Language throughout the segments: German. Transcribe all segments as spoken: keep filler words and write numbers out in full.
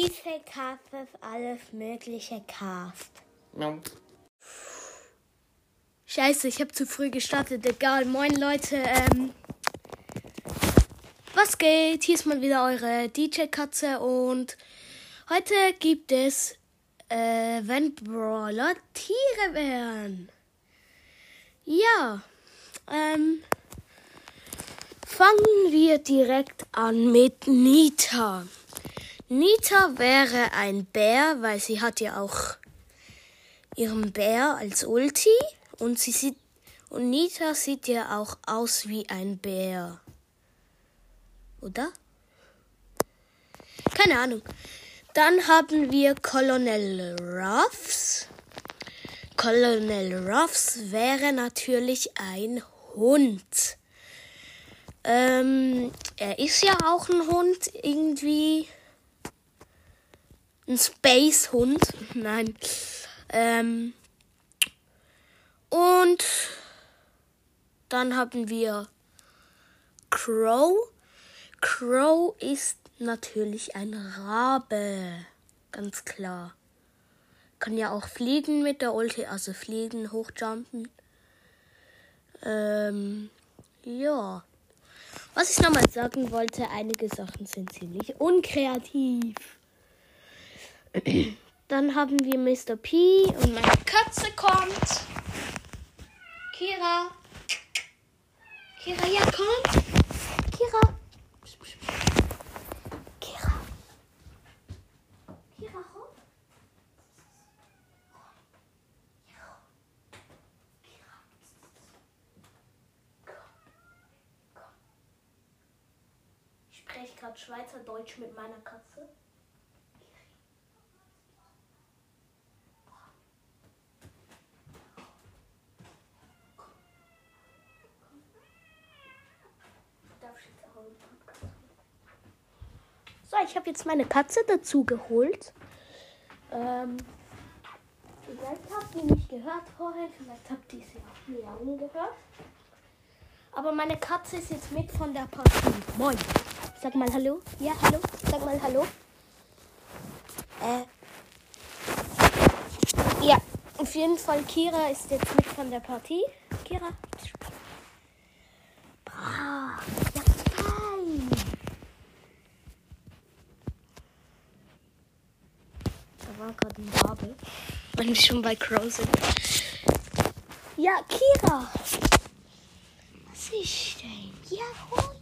Diese Cast alles mögliche Cast. No. Scheiße, ich habe zu früh gestartet. Egal, moin Leute. Ähm, was geht? Hier ist mal wieder eure D J-Katze und heute gibt es, äh, wenn Brawler Tiere wären. Ja, ähm, fangen wir direkt an mit Nita. Nita wäre ein Bär, weil sie hat ja auch ihren Bär als Ulti und sie sieht und Nita sieht ja auch aus wie ein Bär. Oder? Keine Ahnung. Dann haben wir Colonel Ruffs. Colonel Ruffs wäre natürlich ein Hund. Ähm, er ist ja auch ein Hund, irgendwie. Ein Space-Hund. Nein. Ähm, und dann haben wir Crow. Crow ist natürlich ein Rabe. Ganz klar. Kann ja auch fliegen mit der Ulti, also fliegen, hochjumpen. Ähm, ja. Was ich nochmal sagen wollte, einige Sachen sind ziemlich unkreativ. Dann haben wir Mister P und meine Katze kommt. Kira. Kira, ja, komm. Kira. Kira. Kira, hopp. Kira. Komm. Komm. Ich spreche gerade Schweizerdeutsch mit meiner Katze. So, ich habe jetzt meine Katze dazu geholt. Ähm, vielleicht habt ihr mich gehört vorher, vielleicht habt ihr sie auch miauen gehört. Aber meine Katze ist jetzt mit von der Partie. Moin. Sag mal Hallo. Ja, hallo. Sag mal Hallo. Äh. Ja, auf jeden Fall, Kira ist jetzt mit von der Partie. Kira. Ah, ja, fein. Da war gerade ein Rabe. Wenn wir schon bei Crow sind. Ja, Kira. Was ist denn? Ja, hoi.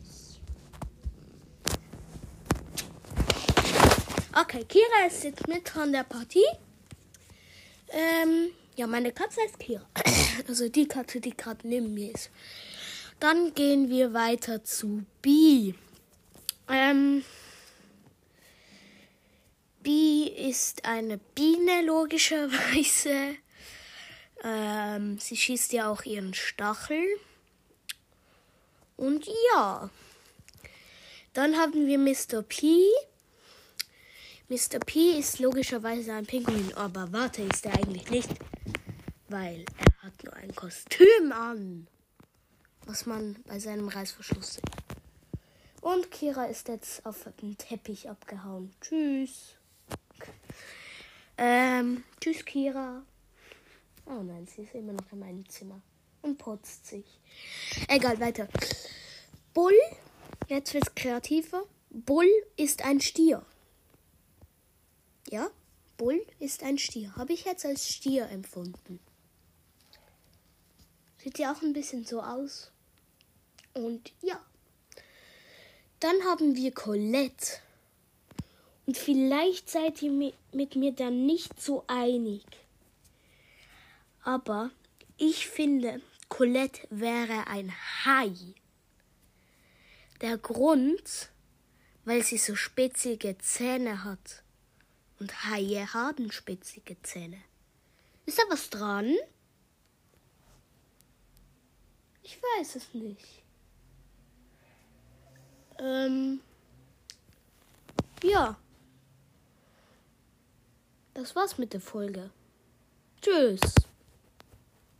Okay, Kira ist jetzt mit von der Partie. Ähm, ja, meine Katze ist Kira. Also die Katze, die gerade neben mir ist. Dann gehen wir weiter zu B. Ähm, B ist eine Biene, logischerweise. Ähm, sie schießt ja auch ihren Stachel. Und ja. Dann haben wir Mister P. Mister P ist logischerweise ein Pinguin, aber warte, ist er eigentlich nicht. Weil er hat nur ein Kostüm an, was man bei seinem Reißverschluss sieht. Und Kira ist jetzt auf den Teppich abgehauen. Tschüss. Ähm, tschüss, Kira. Oh nein, sie ist immer noch in meinem Zimmer und putzt sich. Egal, weiter. Bull, jetzt wird's kreativer. Bull ist ein Stier. Ja, Bull ist ein Stier. Habe ich jetzt als Stier empfunden. Sieht ja auch ein bisschen so aus. Und ja. Dann haben wir Colette. Und vielleicht seid ihr mit mir dann nicht so einig. Aber ich finde, Colette wäre ein Hai. Der Grund, weil sie so spitzige Zähne hat. Und Haie haben spitzige Zähne. Ist da was dran? Ich weiß es nicht. Ähm, ja. Das war's mit der Folge. Tschüss.